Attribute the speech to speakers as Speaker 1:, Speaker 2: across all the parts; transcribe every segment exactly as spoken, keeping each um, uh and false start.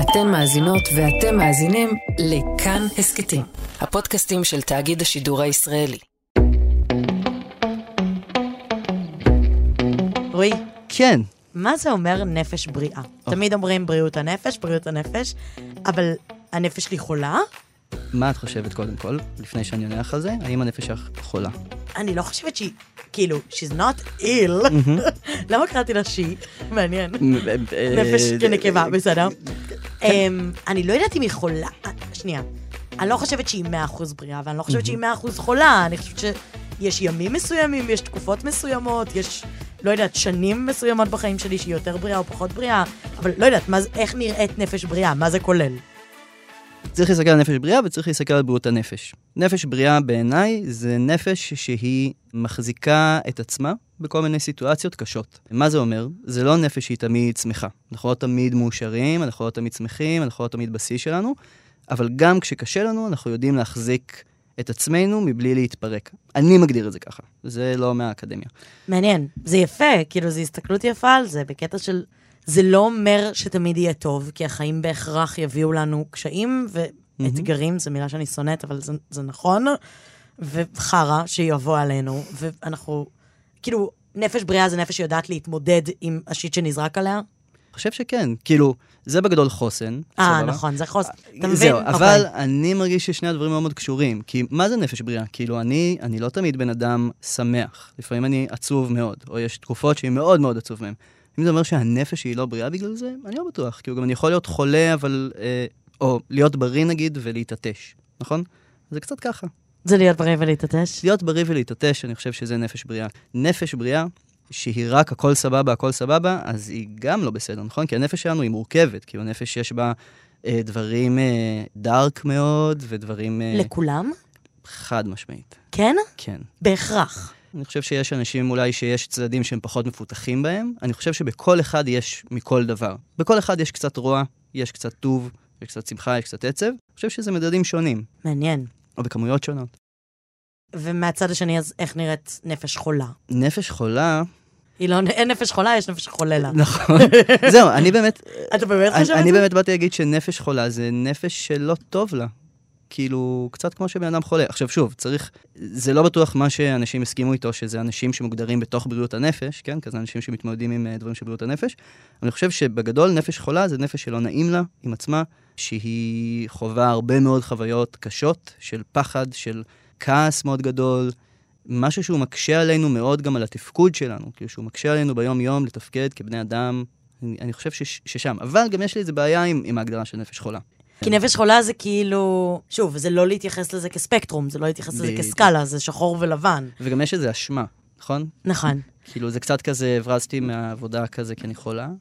Speaker 1: אתן מאזינות ואתם מאזינים לכאן הסקטים, הפודקאסטים של תאגיד השידור הישראלי.
Speaker 2: רועי,
Speaker 3: כן.
Speaker 2: מה זה אומר נפש בריאה? תמיד אומרים בריאות הנפש, בריאות הנפש, אבל הנפש שלי חולה?
Speaker 3: מה את חושבת קודם כל, לפני שאני עונה לך על זה? האם הנפש שלך חולה?
Speaker 2: אני לא חושבת שהיא, כאילו, she's not ill. למה קראתי לה שהיא? מעניין. נפש כנקבה, בסדר. אני לא יודעת אם היא חולה. שנייה. אני לא חושבת שהיא מאה אחוז בריאה, ואני לא חושבת שהיא מאה אחוז חולה. אני חושבת שיש ימים מסוימים, יש תקופות מסוימות, יש, לא יודעת, שנים מסוימות בחיים שלי שהיא יותר בריאה או פחות בריאה, אבל לא יודעת, איך נראית נפש בריאה? מה זה כולל?
Speaker 3: צריך להסתכל על נפש בריאה וצריך להסתכל על בריאות הנפש. נפש בריאה בעיניי זה נפש שהיא מחזיקה את עצמה בכל מיני סיטואציות קשות. מה זה אומר? זה לא נפש שהיא תמיד שמחה. אנחנו לא תמיד מאושרים, אנחנו לא תמיד שמחים, אנחנו לא תמיד בשיא שלנו, אבל גם כשקשה לנו אנחנו יודעים להחזיק את עצמנו מבלי להתפרק. אני מגדיר את זה ככה. זה לא מהאקדמיה. מעניין.
Speaker 2: זה יפה, כאילו זו הסתכלות יפה על זה, בקטע של זה לא אומר שתמיד יהיה טוב, כי החיים בהכרח יביאו לנו קשיים ואתגרים, זו מילה שאני שונאת, אבל זה, זה נכון, וחרה שיבוא עלינו, ואנחנו, כאילו, נפש בריאה זה נפש שיודעת להתמודד עם השיט שנזרק עליה?
Speaker 3: אני חושב שכן, כאילו, זה בגדול חוסן.
Speaker 2: אה, נכון, זה חוסן. אתה מבין?
Speaker 3: זהו, אבל אני מרגיש ששני הדברים מאוד מאוד קשורים, כי מה זה נפש בריאה? כאילו, אני, אני לא תמיד בן אדם שמח, לפעמים אני עצוב מאוד, או יש תקופות שהיא מאוד מאוד עצוב מהם. אם זה אומר שהנפש היא לא בריאה בגלל זה, אני לא בטוח. כאילו גם אני יכול להיות חולה, אבל, אה, או להיות בריא נגיד ולהתעטש, נכון? זה קצת ככה.
Speaker 2: זה להיות בריא ולהתעטש?
Speaker 3: להיות בריא ולהתעטש, אני חושב שזה נפש בריאה. נפש בריאה, שהיא רק הכל סבבה, הכל סבבה, אז היא גם לא בסדר, נכון? כי הנפש שלנו היא מורכבת, כאילו נפש יש בה אה, דברים אה, דארק מאוד, ודברים... אה,
Speaker 2: לכולם?
Speaker 3: חד משמעית.
Speaker 2: כן?
Speaker 3: כן.
Speaker 2: בהכרח.
Speaker 3: אני חושב שיש אנשים אולי שיש צדדים שהם פחות מפותחים בהם. אני חושב שבכל אחד יש מכל דבר. בכל אחד יש קצת רוע, יש קצת טוב, יש קצת שמחה, יש קצת עצב. אני חושב שזה מדדים שונים.
Speaker 2: מעניין.
Speaker 3: או בכמויות שונות.
Speaker 2: ומהצד השני, אז איך נראית נפש חולה?
Speaker 3: נפש חולה...
Speaker 2: היא לא, אין נפש חולה, יש נפש חוללה.
Speaker 3: נכון. זהו, אני באמת...
Speaker 2: אתה באמת חושב את זה?
Speaker 3: אני באמת באתי להגיד שנפש חולה זה נפש שלא טוב לה. כאילו, קצת כמו שבן אדם חולה. עכשיו שוב, צריך, זה לא בטוח מה שאנשים הסכימו איתו, שזה אנשים שמוגדרים בתוך בריאות הנפש, כן? כזה אנשים שמתמודדים עם דברים של בריאות הנפש. אבל אני חושב שבגדול נפש חולה זה נפש שלא נעים לה עם עצמה, שהיא חובה הרבה מאוד חוויות קשות, של פחד, של כעס מאוד גדול, משהו שהוא מקשה עלינו מאוד גם על התפקוד שלנו, כאילו שהוא מקשה עלינו ביום יום לתפקד כבני אדם. אני, אני חושב שש, ששם. אבל גם יש לי איזה בעיה עם, עם ההגדרה של נפש חולה.
Speaker 2: כי נפש חולה זה כאילו, שוב, זה לא להתייחס לזה כספקטרום, זה לא להתייחס לזה כסקאלה, זה שחור ולבן.
Speaker 3: וגם יש איזה אשמה, נכון?
Speaker 2: נכון.
Speaker 3: כאילו זה קצת כזה, הברזתי מהעבודה כזה, כי אני חולה.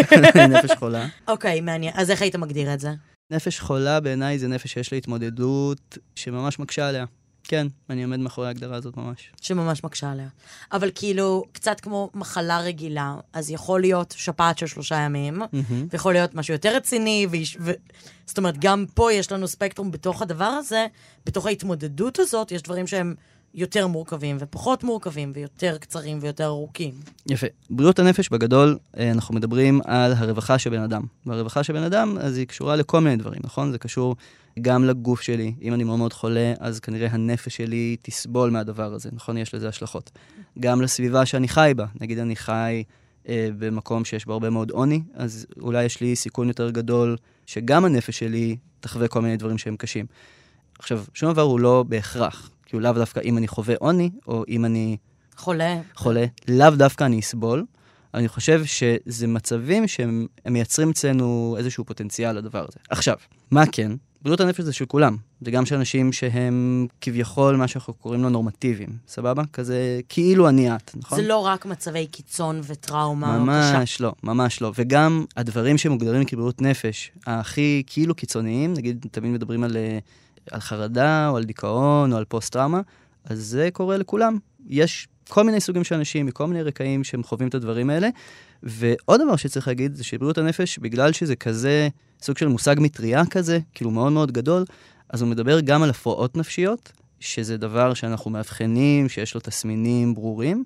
Speaker 3: נפש חולה.
Speaker 2: אוקיי, מעניין. אז איך היית מגדיר את זה?
Speaker 3: נפש חולה בעיניי זה נפש שיש לה התמודדות שממש מקשה עליה. כן, אני עומד מאחורי ההגדרה הזאת ממש.
Speaker 2: שממש מקשה עליה. אבל כאילו, קצת כמו מחלה רגילה, אז יכול להיות שפעת של שלושה ימים, ויכול להיות משהו יותר רציני, ו... זאת אומרת, גם פה יש לנו ספקטרום בתוך הדבר הזה, בתוך ההתמודדות הזאת, יש דברים שהם יותר מורכבים, ופחות מורכבים, ויותר קצרים ויותר ארוכים.
Speaker 3: יפה. בריאות הנפש בגדול, אנחנו מדברים על הרווחה של בן אדם. והרווחה של בן אדם, אז היא קשורה לכל מיני דברים, נכון? זה קשור גם לגוף שלי. אם אני מאוד מאוד חולה, אז כנראה הנפש שלי תסבול מהדבר הזה, נכון? יש לזה השלכות. גם לסביבה שאני חי בה. נגיד אני חי אה, במקום שיש בו הרבה מאוד עוני, אז אולי יש לי סיכון יותר גדול שגם הנפש שלי תחווה כל מיני דברים שהם קשים. עכשיו, שום דבר הוא לא בהכרח. כי הוא לאו דווקא אם אני חווה עוני, או אם אני
Speaker 2: חולה,
Speaker 3: חולה לאו דווקא אני אסבול. אבל אני חושב שזה מצבים שהם מייצרים אצלנו איזשהו פוטנציאל לדבר הזה. עכשיו, מה כן? בריאות הנפש זה של כולם. זה גם של אנשים שהם כביכול מה שאנחנו קוראים לו נורמטיביים. סבבה? כזה כאילו אני את, נכון?
Speaker 2: זה לא רק מצבי קיצון וטראומה
Speaker 3: ממש
Speaker 2: קשה.
Speaker 3: לא, ממש לא. וגם הדברים שמוגדרים כבריאות נפש, הכי כאילו קיצוניים, נגיד תמיד מדברים על, על חרדה, או על דיכאון, או על פוסט-טראומה, אז זה קורה לכולם. יש כל מיני סוגים של אנשים, מכל מיני רקעים שהם חווים את הדברים האלה. ועוד דבר שצריך להגיד, זה שבריאות הנפש, בגלל שזה כזה סוג של מושג מטריה כזה, כאילו מאוד מאוד גדול, אז הוא מדבר גם על הפרעות נפשיות, שזה דבר שאנחנו מאבחנים, שיש לו תסמינים ברורים,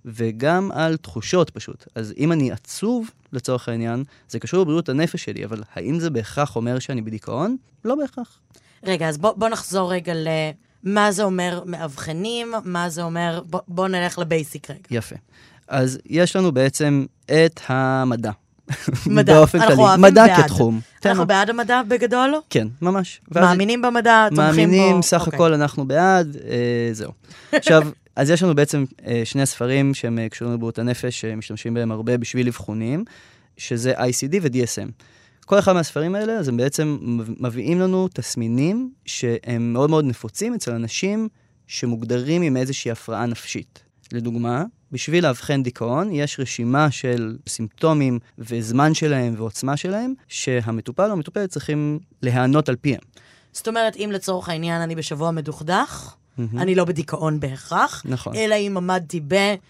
Speaker 3: וגם על תחושות פשוט. אז אם אני עצוב, לצורך העניין, זה קשור לבריאות הנפש שלי, אבל האם זה בהכרח אומר שאני בדיכאון? לא בהכרח.
Speaker 2: רגע, אז בוא, בוא נחזור רגע למה זה אומר מאבחנים, מה זה אומר, בוא, בוא נלך לבייסיק רגע.
Speaker 3: יפה. אז יש לנו בעצם את המדע.
Speaker 2: מדע,
Speaker 3: באופן
Speaker 2: אנחנו
Speaker 3: כללי.
Speaker 2: אוהבים
Speaker 3: מדע
Speaker 2: בעד.
Speaker 3: כתחום.
Speaker 2: אנחנו בעד המדע בגדול?
Speaker 3: כן, ממש.
Speaker 2: מאמינים במדע, תומכים בו?
Speaker 3: מאמינים, סך
Speaker 2: אוקיי.
Speaker 3: הכל אנחנו בעד, אה, זהו. עכשיו, אז יש לנו בעצם אה, שני ספרים שהם אה, קשורים לבריאות הנפש, שמשתמשים בהם הרבה בשביל אבחונים, שזה איי סי די ו-די אס אם. כל אחד מהספרים האלה, אז הם בעצם מביאים לנו תסמינים שהם מאוד מאוד נפוצים אצל אנשים שמוגדרים עם איזושהי הפרעה נפשית. לדוגמה, בשביל להבחן דיכאון, יש רשימה של סימפטומים וזמן שלהם ועוצמה שלהם, שהמטופל או המטופלת צריכים להיענות על פיהם.
Speaker 2: זאת אומרת, אם לצורך העניין אני בשבוע מדוכדך, אני לא בדיכאון בהכרח,
Speaker 3: נכון.
Speaker 2: אלא אם עמדתי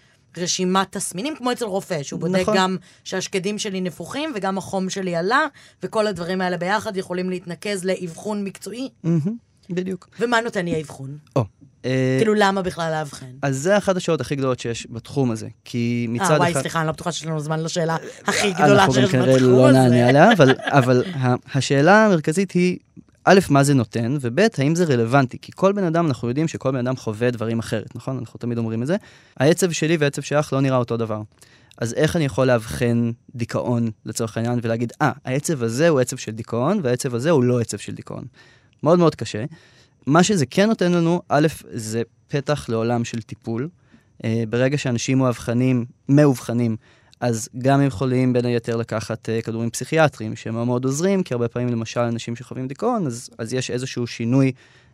Speaker 2: ברשימת תסמינים, כמו אצל רופא, שהוא בודק
Speaker 3: נכון.
Speaker 2: גם שהשקדים שלי נפוחים, וגם החום שלי עלה, וכל הדברים האלה ביחד יכולים להתנקז לאבחון מקצועי.
Speaker 3: בדיוק.
Speaker 2: ומה נותן לי האבחון?
Speaker 3: או.
Speaker 2: כאילו, למה בכלל להבחן?
Speaker 3: אז זה אחת השאלות הכי גדולות שיש בתחום הזה, כי מצד אחד...
Speaker 2: אה, וואי, סליחה, אני לא בטוחה שיש לנו זמן לשאלה הכי גדולה
Speaker 3: אנחנו גם
Speaker 2: שיש
Speaker 3: כנראה
Speaker 2: בתחום
Speaker 3: לא
Speaker 2: הזה.
Speaker 3: נענה עליה, אבל, אבל השאלה המרכזית היא, א', מה זה נותן, וב', האם זה רלוונטי? כי כל בן אדם, אנחנו יודעים שכל בן אדם חווה דברים אחרת, נכון? אנחנו תמיד אומרים את זה. העצב שלי והעצב שלך לא נראה אותו דבר. אז איך אני יכול להבחן דיכאון לצורך העניין, ולהגיד, אה, העצב הזה הוא עצב של דיכאון, והעצב הזה הוא לא עצב של דיכאון. מאוד מאוד קשה. מה שזה כן נותן לנו, א', זה פתח לעולם של טיפול. אה, ברגע שאנשים מאובחנים, מאובחנים, אז גם הם יכולים בין היתר לקחת uh, כדורים פסיכיאטריים, שהם מאוד מאוד עוזרים, כי הרבה פעמים למשל אנשים שחווים דיכאון, אז, אז יש איזשהו שינוי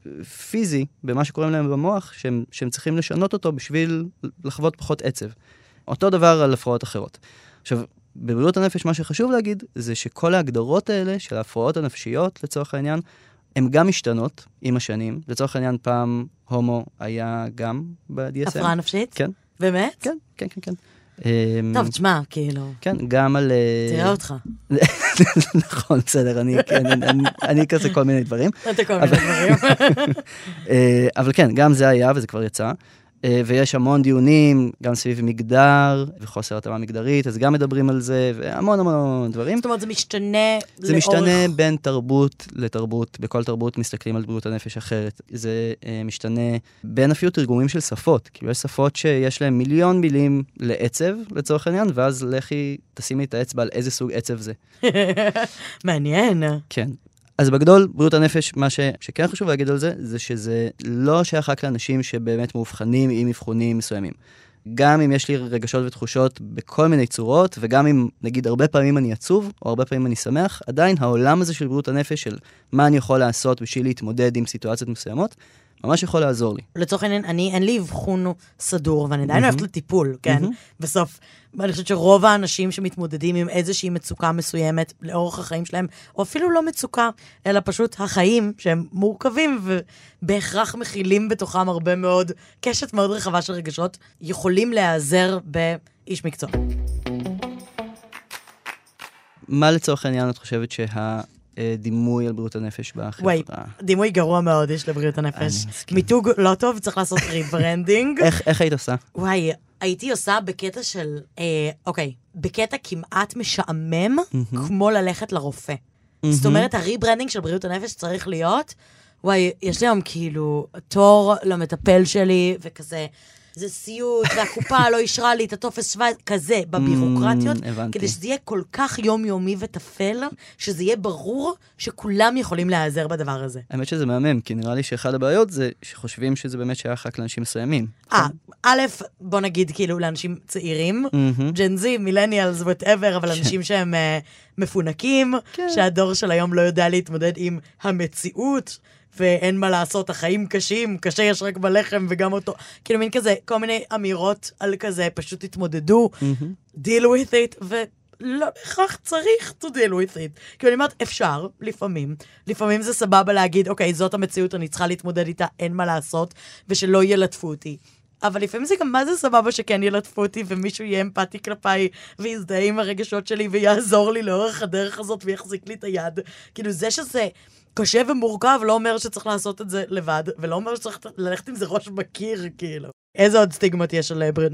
Speaker 3: פיזי במה שקוראים להם במוח, שהם, שהם צריכים לשנות אותו בשביל לחוות פחות עצב. אותו דבר על הפרעות אחרות. עכשיו, בבריאות הנפש מה שחשוב להגיד, זה שכל ההגדרות האלה של ההפרעות הנפשיות, לצורך העניין, הן גם משתנות עם השנים. לצורך העניין, פעם הומו היה גם ב-די אס אם.
Speaker 2: הפרעה נפשית?
Speaker 3: כן.
Speaker 2: באמת?
Speaker 3: כן, כן, כן, כן.
Speaker 2: טוב, תשמע, כאילו...
Speaker 3: כן, גם על...
Speaker 2: תראה אותך.
Speaker 3: נכון, בסדר, אני, כן, אני, אני כזה כל מיני דברים.
Speaker 2: אתה כל מיני דברים.
Speaker 3: אבל כן, גם זה היה, וזה כבר יצא. ויש המון דיונים, גם סביב מגדר, וחוסר התאמה מגדרית, אז גם מדברים על זה, והמון המון דברים.
Speaker 2: זאת אומרת, זה משתנה לאורך...
Speaker 3: זה משתנה בין תרבות לתרבות, בכל תרבות מסתכלים על בריאות הנפש אחרת. זה משתנה בין אפילו תרגומים של שפות, כי יש שפות שיש להן מיליון מילים לעצב, לצורך העניין, ואז לכי, תשימי את האצבע על איזה סוג עצב זה.
Speaker 2: מעניין.
Speaker 3: כן. אז בגדול, בריאות הנפש, מה ש... שכן חשוב להגיד על זה, זה שזה לא שייך רק לאנשים שבאמת מאובחנים עם אבחונים מסוימים. גם אם יש לי רגשות ותחושות בכל מיני צורות, וגם אם, נגיד, הרבה פעמים אני עצוב, או הרבה פעמים אני שמח, עדיין העולם הזה של בריאות הנפש, של מה אני יכול לעשות בשביל להתמודד עם סיטואציות מסוימות, ממש יכול לעזור לי.
Speaker 2: לצורך העניין, אני, אין לי אבחון סדור, ואני עדיין הולכת לטיפול, כן? בסוף, אני חושבת שרוב האנשים שמתמודדים עם איזושהי מצוקה מסוימת לאורך החיים שלהם, או אפילו לא מצוקה, אלא פשוט החיים שהם מורכבים ובהכרח מכילים בתוכם הרבה מאוד, קשת מאוד רחבה של רגשות, יכולים להיעזר באיש מקצוע.
Speaker 3: מה לצורך העניין את חושבת שה... דימוי על בריאות הנפש בחברה?
Speaker 2: וואי, דימוי גרוע מאוד יש לבריאות הנפש. מיתוג לא טוב, צריך לעשות ריברנדינג.
Speaker 3: איך, איך היית עושה?
Speaker 2: וואי, הייתי עושה בקטע של, אה, אוקיי, בקטע כמעט משעמם, כמו ללכת לרופא. זאת אומרת, הריברנדינג של בריאות הנפש צריך להיות, וואי, יש לי היום כאילו תור למטפל שלי, וכזה, זה סיוט, והקופה לא אישרה לי את הטופס שבע, כזה, בבירוקרטיות, כדי שזה יהיה כל כך יומיומי ותפל, שזה יהיה ברור שכולם יכולים להיעזר בדבר הזה.
Speaker 3: האמת שזה מהמם, כי נראה לי שאחד הבעיות זה שחושבים שזה באמת שייך רק לאנשים מסוימים.
Speaker 2: אה, א', בוא נגיד כאילו לאנשים צעירים, ג'נזי, מילניאלס, whatever, אבל אנשים שהם מפונקים, שהדור של היום לא יודע להתמודד עם המציאות, ואין מה לעשות, החיים קשים, קשה יש רק בלחם וגם אותו, כאילו מין כזה, כל מיני אמירות על כזה, פשוט התמודדו, deal with it, ולא בהכרח צריך to deal with it. כאילו אני אומרת, אפשר, לפעמים, לפעמים זה סבבה להגיד, אוקיי, זאת המציאות, אני צריכה להתמודד איתה, אין מה לעשות, ושלא ילטפו אותי. אבל לפעמים זה גם מה זה סבבה שכן ילטפו אותי, ומישהו יהיה אמפתי כלפיי, ויזדהה עם הרגשות שלי, ויעזור לי לאורך הדרך הזאת, ויחזיק לי את היד. כאילו זה שזה קשה ומורכב, לא אומר שצריך לעשות את זה לבד, ולא אומר שצריך ללכת עם זה ראש בקיר, כאילו. איזה עוד סטיגמות יש על בריאות נפש?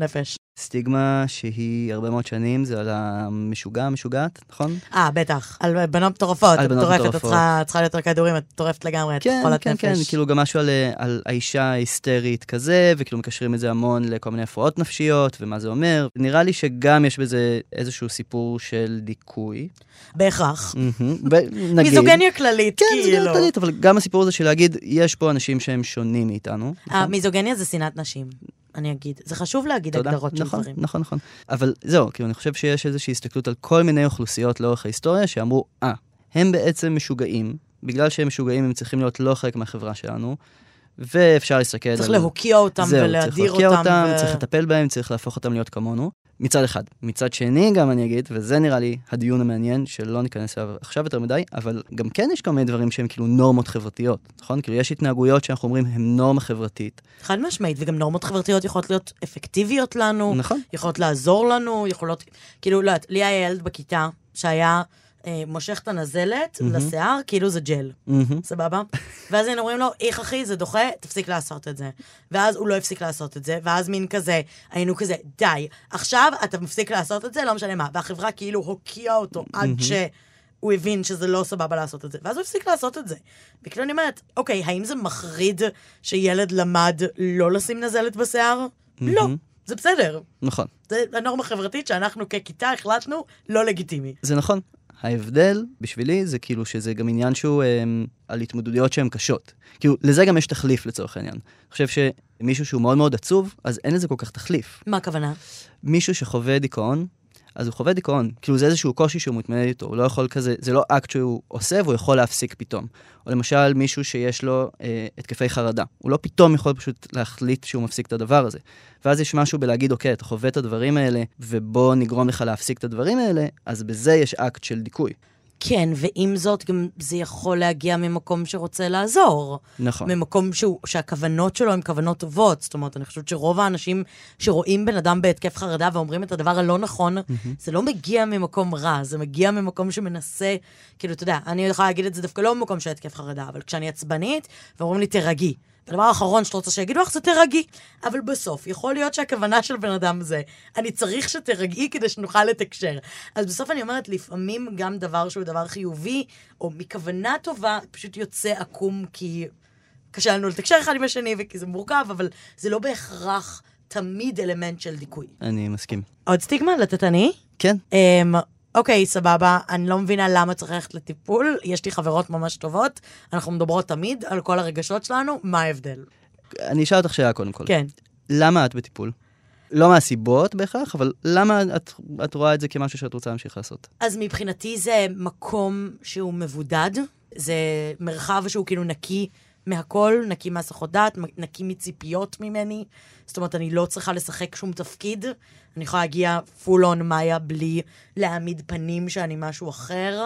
Speaker 3: סטיגמה שהיא הרבה מאוד שנים, זה על המשוגע, המשוגעת, נכון?
Speaker 2: אה, בטח. על בנות מטורפות.
Speaker 3: על בנות
Speaker 2: מטורפת,
Speaker 3: מטורפות.
Speaker 2: את צריכה יותר כדורים, את מטורפת לגמרי, את
Speaker 3: כן,
Speaker 2: חולת
Speaker 3: כן,
Speaker 2: נפש.
Speaker 3: כן, כאילו גם משהו על, על האישה ההיסטרית כזה, וכאילו מקשרים את זה המון לכל מיני הפרעות נפשיות, ומה זה אומר. נראה לי שגם יש בזה איזשהו סיפור של דיכוי.
Speaker 2: בהכרח.
Speaker 3: נגיד.
Speaker 2: מיזוגניה כללית,
Speaker 3: כן,
Speaker 2: כאילו.
Speaker 3: כן, מיזוגניה כללית, אבל גם הסיפור הזה של להגיד, יש פה אנשים שהם שונים מאיתנו.
Speaker 2: המיזוגניה זה שנאת נשים. אני אגיד. זה חשוב להגיד הגדרות של דברים.
Speaker 3: נכון, נכון. אבל זהו, כאילו, אני חושב שיש איזושהי הסתכלות על כל מיני אוכלוסיות לאורך ההיסטוריה, שאמרו, אה, הם בעצם משוגעים, בגלל שהם משוגעים, הם צריכים להיות לא חלק מהחברה שלנו, ואפשר להסתכל על...
Speaker 2: צריך להוקיע אותם ולהדיר אותם.
Speaker 3: זהו, צריך להוקיע אותם, צריך לטפל בהם, צריך להפוך אותם להיות כמונו. מצד אחד. מצד שני, גם אני אגיד, וזה נראה לי הדיון המעניין, שלא ניכנס אליו עכשיו יותר מדי, אבל גם כן יש כמה דברים שהם כאילו נורמות חברתיות, נכון? כאילו יש התנהגויות שאנחנו אומרים, הן נורמה חברתית.
Speaker 2: חד משמעית, וגם נורמות חברתיות יכולות להיות אפקטיביות לנו,
Speaker 3: נכון.
Speaker 2: יכולות לעזור לנו, יכולות, כאילו, לא, לי היה ילד בכיתה שהיה אה, מושך את הנזלת mm-hmm. לשיער, כאילו זה ג'ל, mm-hmm. סבבה? ואז היינו אומרים לו, איך אחי, זה דוחה, תפסיק לעשות את זה. ואז הוא לא הפסיק לעשות את זה, ואז מין כזה, היינו כזה, די, עכשיו אתה מפסיק לעשות את זה, לא משנה מה. והחברה כאילו הוקיעה אותו mm-hmm. עד שהוא הבין שזה לא סבבה לעשות את זה. ואז הוא הפסיק לעשות את זה. וכאילו אני אומרת, אוקיי, האם זה מחריד שילד למד לא לשים נזלת בשיער? Mm-hmm. לא, זה בסדר.
Speaker 3: נכון.
Speaker 2: זה הנורמה חברתית שאנחנו ככיתה החלטנו לא לגיטימי.
Speaker 3: זה נכון. ההבדל בשבילי זה כאילו שזה גם עניין שהוא הם, על התמודדויות שהן קשות. כאילו, לזה גם יש תחליף לצורך העניין. אני חושב שמישהו שהוא מאוד מאוד עצוב, אז אין לזה כל כך תחליף.
Speaker 2: מה הכוונה?
Speaker 3: מישהו שחווה דיכאון, אז הוא חווה דיכאון. כאילו, זה איזשהו קושי שהוא מתמודד איתו. הוא לא יכול כזה, זה לא אקט שהוא עושה, והוא יכול להפסיק פתאום. או למשל, מישהו שיש לו אה, התקפי חרדה. הוא לא פתאום יכול פשוט להחליט שהוא מפסיק את הדבר הזה. ואז יש משהו בלהגיד, אוקיי, אתה חווה את הדברים האלה, ובוא נגרום לך להפסיק את הדברים האלה, אז בזה יש אקט של דיכוי.
Speaker 2: כן, ועם זאת גם זה יכול להגיע ממקום שרוצה לעזור.
Speaker 3: נכון.
Speaker 2: ממקום שהוא, שהכוונות שלו הן כוונות טובות. זאת אומרת, אני חושבת שרוב האנשים שרואים בן אדם בהתקף חרדה ואומרים את הדבר הלא נכון, mm-hmm. זה לא מגיע ממקום רע, זה מגיע ממקום שמנסה, כאילו, אתה יודע, אני יכולה להגיד את זה דווקא לא ממקום של התקף חרדה, אבל כשאני עצבנית, ואומרים לי, תרגי. הדבר האחרון שאתה רוצה שיגידו לך, זה תרגי. אבל בסוף, יכול להיות שהכוונה של בן אדם זה, אני צריך שתרגי כדי שנוכל לתקשר. אז בסוף אני אומרת, לפעמים גם דבר שהוא דבר חיובי, או מכוונה טובה, פשוט יוצא עקום, כי קשה לנו לתקשר אחד עם השני, וכי זה מורכב, אבל זה לא בהכרח תמיד אלמנט של דיכוי.
Speaker 3: אני מסכים.
Speaker 2: עוד סטיגמה? לתת אני?
Speaker 3: כן.
Speaker 2: Um, אוקיי, סבבה, אני לא מבינה למה צריך ללכת לטיפול, יש לי חברות ממש טובות, אנחנו מדברות תמיד על כל הרגשות שלנו, מה ההבדל?
Speaker 3: אני אשאל אותך שאלה קודם כל.
Speaker 2: כן.
Speaker 3: למה את בטיפול? לא מהסיבות בהכרח, אבל למה את, את רואה את זה כמשהו שאת רוצה להמשיך לעשות?
Speaker 2: אז מבחינתי זה מקום שהוא מבודד, זה מרחב שהוא כאילו נקי מהכל, נקי מהסחות דעת, נקי מציפיות ממני, זאת אומרת, אני לא צריכה לשחק שום תפקיד, אני יכולה להגיע full on מאיה בלי להעמיד פנים שאני משהו אחר,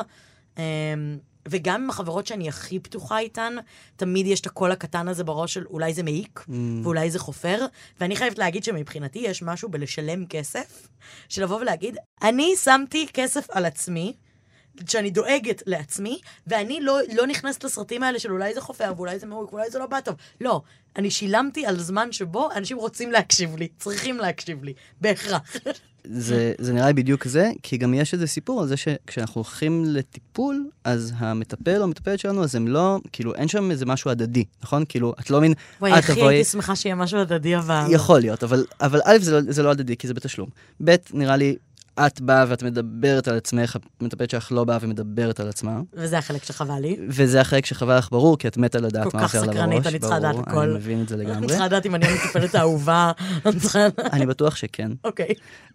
Speaker 2: וגם עם החברות שאני הכי פתוחה איתן, תמיד יש את הקול הקטן הזה בראש של אולי זה מעיק, mm. ואולי זה חופר, ואני חייבת להגיד שמבחינתי יש משהו בלשלם כסף, של לבוא ולהגיד, אני שמתי כסף על עצמי, שאני דואגת לעצמי, ואני לא, לא נכנסת לסרטים האלה של אולי זה חופר, ואולי זה מעיק, ואולי זה לא בא טוב. לא, אני שילמתי על זמן שבו אנשים רוצים להקשיב לי, צריכים להקשיב לי, בהכרח.
Speaker 3: זה, זה נראה לי בדיוק זה, כי גם יש איזה סיפור על זה שכשאנחנו הולכים לטיפול, אז המטפל או המטפלת שלנו, אז הם לא, כאילו, אין שם איזה משהו הדדי, נכון? כאילו, את לא מין...
Speaker 2: וואי, הכי הייתי שמחה שיהיה משהו הדדי, אבל...
Speaker 3: יכול להיות, אבל, אבל א', זה לא, זה לא הדדי, כי זה בתשלום. ב', נראה לי, את באה ואת מדברת על עצמך, המטפלת שלך לא באה ומדברת על עצמה.
Speaker 2: וזה החלק שחווה לי.
Speaker 3: וזה החלק שחווה לך ברור, כי את מתה לדעת מה עובר לה בראש.
Speaker 2: כל כך סקרנית, אני צריכה לדעת הכל.
Speaker 3: אני מבין את זה לגמרי.
Speaker 2: אני צריכה לדעת אם אני מטפלת האהובה.
Speaker 3: אני בטוח שכן.
Speaker 2: אוקיי.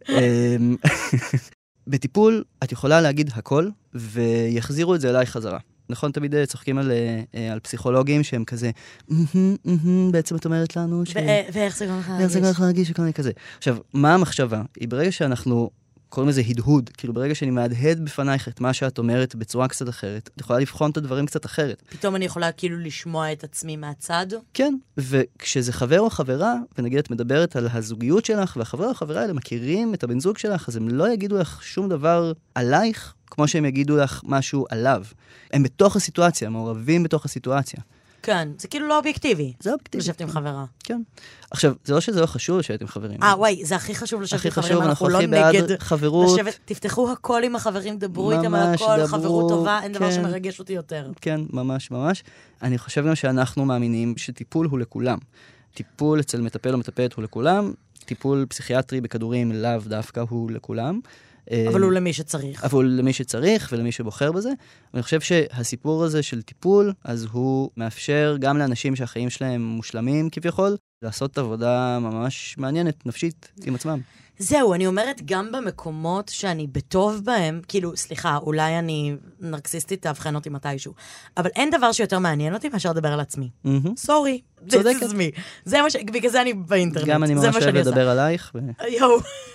Speaker 3: בטיפול, את יכולה להגיד הכל, ויחזירו את זה אליי חזרה. נכון, תמיד צוחקים על, על פסיכולוגים שהם כזה, בעצם את אומרת לנו ש...
Speaker 2: ואיך זה גם לך להרגיש?
Speaker 3: ואיך זה גם לך להרגיש שכל מיני כזה. עכשיו, מה המחשבה? היא ברגע שאנחנו... קוראים לזה הדהוד, כאילו ברגע שאני מהדהד בפנייך את מה שאת אומרת בצורה קצת אחרת, את יכולה לבחון את הדברים קצת אחרת.
Speaker 2: פתאום אני יכולה כאילו לשמוע את עצמי מהצד?
Speaker 3: כן, וכשזה חבר או חברה, ונגיד את מדברת על הזוגיות שלך, והחבר או החברה האלה מכירים את הבן זוג שלך, אז הם לא יגידו לך שום דבר עלייך, כמו שהם יגידו לך משהו עליו. הם בתוך הסיטואציה, הם מעורבים בתוך הסיטואציה.
Speaker 2: כן, זה כאילו לא אובייקטיבי.
Speaker 3: זה אובייקטיבי.
Speaker 2: לשבת עם חברה.
Speaker 3: כן. עכשיו, זה לא שזה לא חשוב לשבת עם חברים.
Speaker 2: אה, וואי, זה הכי חשוב לשבת עם חברים, אנחנו לא
Speaker 3: הכי בעד
Speaker 2: נגד.
Speaker 3: חברות.
Speaker 2: לשבת, תפתחו הכל עם החברים, דברו איתם על הכל, חברות טובה, אין דבר שמרגש אותי יותר.
Speaker 3: כן, ממש, ממש. אני חושב גם שאנחנו מאמינים שטיפול הוא לכולם. טיפול אצל מטפל או מטפלת הוא לכולם, טיפול פסיכיאטרי בכדורים לאו דווקא הוא לכולם.
Speaker 2: אבל הוא למי שצריך.
Speaker 3: אבל הוא למי שצריך ולמי שבוחר בזה. ואני חושב שהסיפור הזה של טיפול, אז הוא מאפשר גם לאנשים שהחיים שלהם מושלמים כביכול, לעשות עבודה ממש מעניינת, נפשית, עם עצמם.
Speaker 2: זהו, אני אומרת גם במקומות שאני בטוב בהם, כאילו, סליחה, אולי אני נרקסיסטית, תאבחן אותי מתישהו, אבל אין דבר שיותר מעניין אותי מאשר לדבר על עצמי. סורי,
Speaker 3: צודקת.
Speaker 2: this is me. זה מה ש... בגלל זה אני באינטרנט.
Speaker 3: גם אני ממש אוהב לדבר עלייך.
Speaker 2: יואו.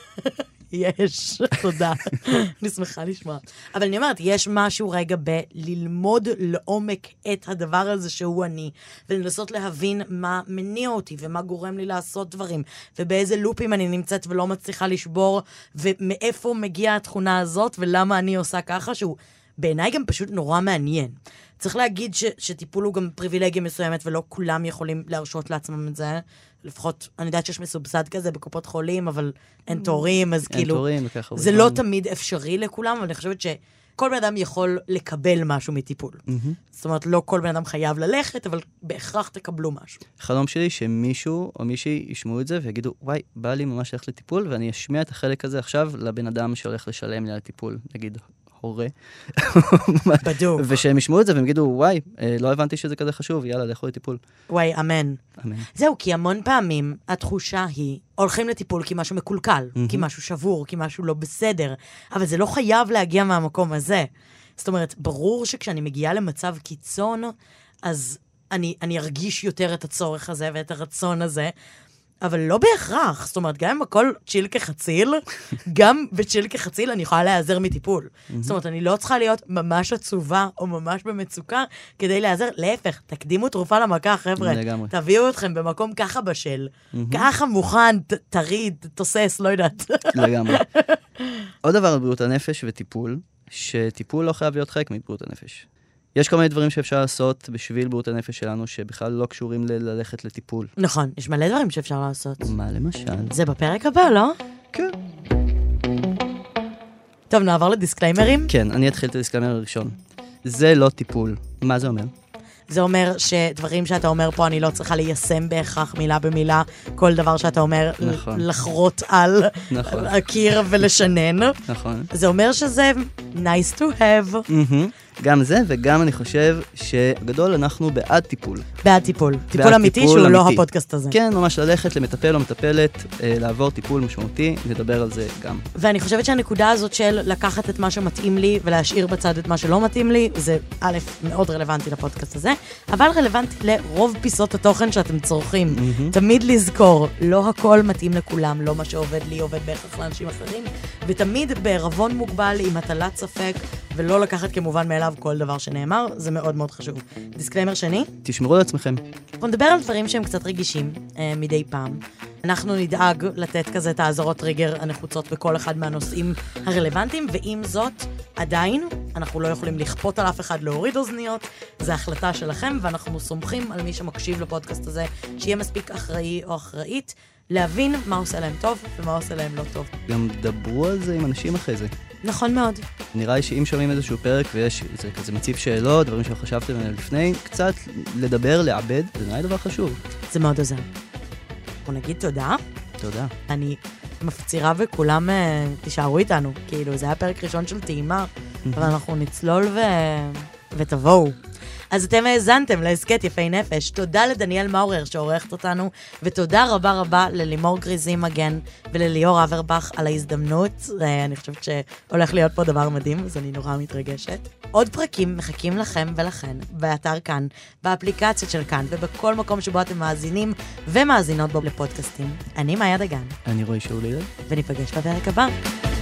Speaker 2: יש, תודה. אני שמחה לשמוע. אבל אני אומרת, יש משהו רגע בללמוד לעומק את הדבר הזה שהוא אני, ולנסות להבין מה מניע אותי, ומה גורם לי לעשות דברים, ובאיזה לופים אני נמצאת ולא מצליחה לשבור, ומאיפה מגיעה התכונה הזאת, ולמה אני עושה ככה, שהוא בעיניי גם פשוט נורא מעניין. צריך להגיד ש, שטיפול הוא גם פריבילגיה מסוימת, ולא כולם יכולים להרשות לעצמם את זה. לפחות, אני יודעת שיש מסובסד כזה בקופות חולים, אבל אין תורים, אז
Speaker 3: אין
Speaker 2: כאילו,
Speaker 3: תורים,
Speaker 2: זה לא תמיד אפשרי לכולם, אבל אני חושבת שכל בן אדם יכול לקבל משהו מטיפול. זאת אומרת, לא כל בן אדם חייב ללכת, אבל בהכרח תקבלו משהו.
Speaker 3: החלום שלי שמישהו או מישהי ישמעו את זה ויגידו, וואי, בא לי ממש ללכת לטיפול, ואני אשמיע את החלק הזה עכשיו לבן אדם שהולך לשלם לי על טיפול, נגיד, הורה.
Speaker 2: בדיוק.
Speaker 3: ושהם ישמעו את זה והם יגידו, וואי, לא הבנתי שזה כזה חשוב, יאללה, לכו לטיפול.
Speaker 2: וואי, אמן.
Speaker 3: אמן.
Speaker 2: זהו, כי המון פעמים התחושה היא, הולכים לטיפול כי משהו מקולקל, כי משהו שבור, כי משהו לא בסדר, אבל זה לא חייב להגיע מהמקום הזה. זאת אומרת, ברור שכשאני מגיעה למצב קיצון, אז אני, אני ארגיש יותר את הצורך הזה ואת הרצון הזה, אבל לא בהכרח. זאת אומרת, גם אם הכל צ'יל כחציל, גם בצ'יל כחציל אני יכולה להיעזר מטיפול. זאת אומרת, אני לא צריכה להיות ממש עצובה או ממש במצוקה כדי להיעזר. להפך, תקדימו תרופה למכה, חבר'ה.
Speaker 3: לגמרי.
Speaker 2: תביאו אתכם במקום ככה בשל. ככה מוכן, תריד, תוסס, לא יודעת.
Speaker 3: לגמרי. עוד דבר על בריאות הנפש וטיפול, שטיפול לא חייב להיות חלק מבריאות הנפש. יש כל מיני דברים שאפשר לעשות בשביל בריאות הנפש שלנו, שבכלל לא קשורים ל- ללכת לטיפול.
Speaker 2: נכון, יש מלא דברים שאפשר לעשות.
Speaker 3: מה למשל?
Speaker 2: זה בפרק הבא, לא?
Speaker 3: כן.
Speaker 2: טוב, נעבור לדיסקליימרים.
Speaker 3: כן, אני אתחיל את הדיסקליימר הראשון. זה לא טיפול. מה זה אומר?
Speaker 2: זה אומר שדברים שאתה אומר פה, אני לא צריכה ליישם בהכרח מילה במילה, כל דבר שאתה אומר,
Speaker 3: נכון.
Speaker 2: לחרות על
Speaker 3: נכון.
Speaker 2: הקיר ולשנן.
Speaker 3: נכון.
Speaker 2: זה אומר שזה nice to have.
Speaker 3: Mm-hmm. גם זה, וגם אני חושב שגדול אנחנו בעד טיפול.
Speaker 2: בעד טיפול. טיפול
Speaker 3: בעד
Speaker 2: אמיתי
Speaker 3: טיפול
Speaker 2: שהוא לא
Speaker 3: אמיתי.
Speaker 2: הפודקאסט הזה.
Speaker 3: כן, ממש ללכת למטפל או מטפלת, אה, לעבור טיפול משמעותי, נדבר על זה גם.
Speaker 2: ואני חושבת שהנקודה הזאת של לקחת את מה שמתאים לי ולהשאיר בצד את מה שלא מתאים לי, זה א', מאוד רלוונטי לפודקאסט הזה, אבל רלוונטי לרוב פיסות התוכן שאתם צורכים. Mm-hmm. תמיד לזכור, לא הכל מתאים לכולם, לא מה שעובד לי עובד בהכרח לאנשים אחרים, ותמיד בערבון מוגבל עם הטלת ספק, ולא לקחת כמובן מאליו כל דבר שנאמר, זה מאוד מאוד חשוב. דיסקליימר שני?
Speaker 3: תשמרו על עצמכם.
Speaker 2: בוא נדבר על דברים שהם קצת רגישים אה, מדי פעם. אנחנו נדאג לתת כזה את האזהרות טריגר הנחוצות בכל אחד מהנושאים הרלוונטיים, ועם זאת, עדיין, אנחנו לא יכולים לכפות על אף אחד להוריד אוזניות, זו החלטה שלכם, ואנחנו סומכים על מי שמקשיב לפודקאסט הזה, שיהיה מספיק אחראי או אחראית, להבין מה עושה להם טוב ומה עושה להם לא טוב.
Speaker 3: גם דברו על זה עם אנשים אחרי זה.
Speaker 2: נכון מאוד.
Speaker 3: נראה לי שאם שומעים איזשהו פרק ויש זה כזה מציב שאלות, דברים שחשבתם עליהם לפני, קצת לדבר, לעבד, זה נראה לי דבר חשוב.
Speaker 2: זה מאוד עוזר. בוא נגיד תודה.
Speaker 3: תודה.
Speaker 2: אני מפצירה וכולם uh, תישארו איתנו. כאילו, זה היה פרק ראשון של טעימה, אבל אנחנו נצלול ו... ותבואו. אז אתם האזנתם להסקט יפי נפש. תודה לדניאל מאורר שעורכת אותנו, ותודה רבה רבה ללימור גריזים מגן ולליאור אברבך על ההזדמנות. אני חושבת שהולך להיות פה דבר מדהים, אז אני נורא מתרגשת. עוד פרקים מחכים לכם ולכן, באתר כאן, באפליקציות של כאן, ובכל מקום שבו אתם מאזינים ומאזינות בו לפודקאסטים. אני מאיה דגן.
Speaker 3: אני רואה שאולי.
Speaker 2: וניפגש בפרק הבא.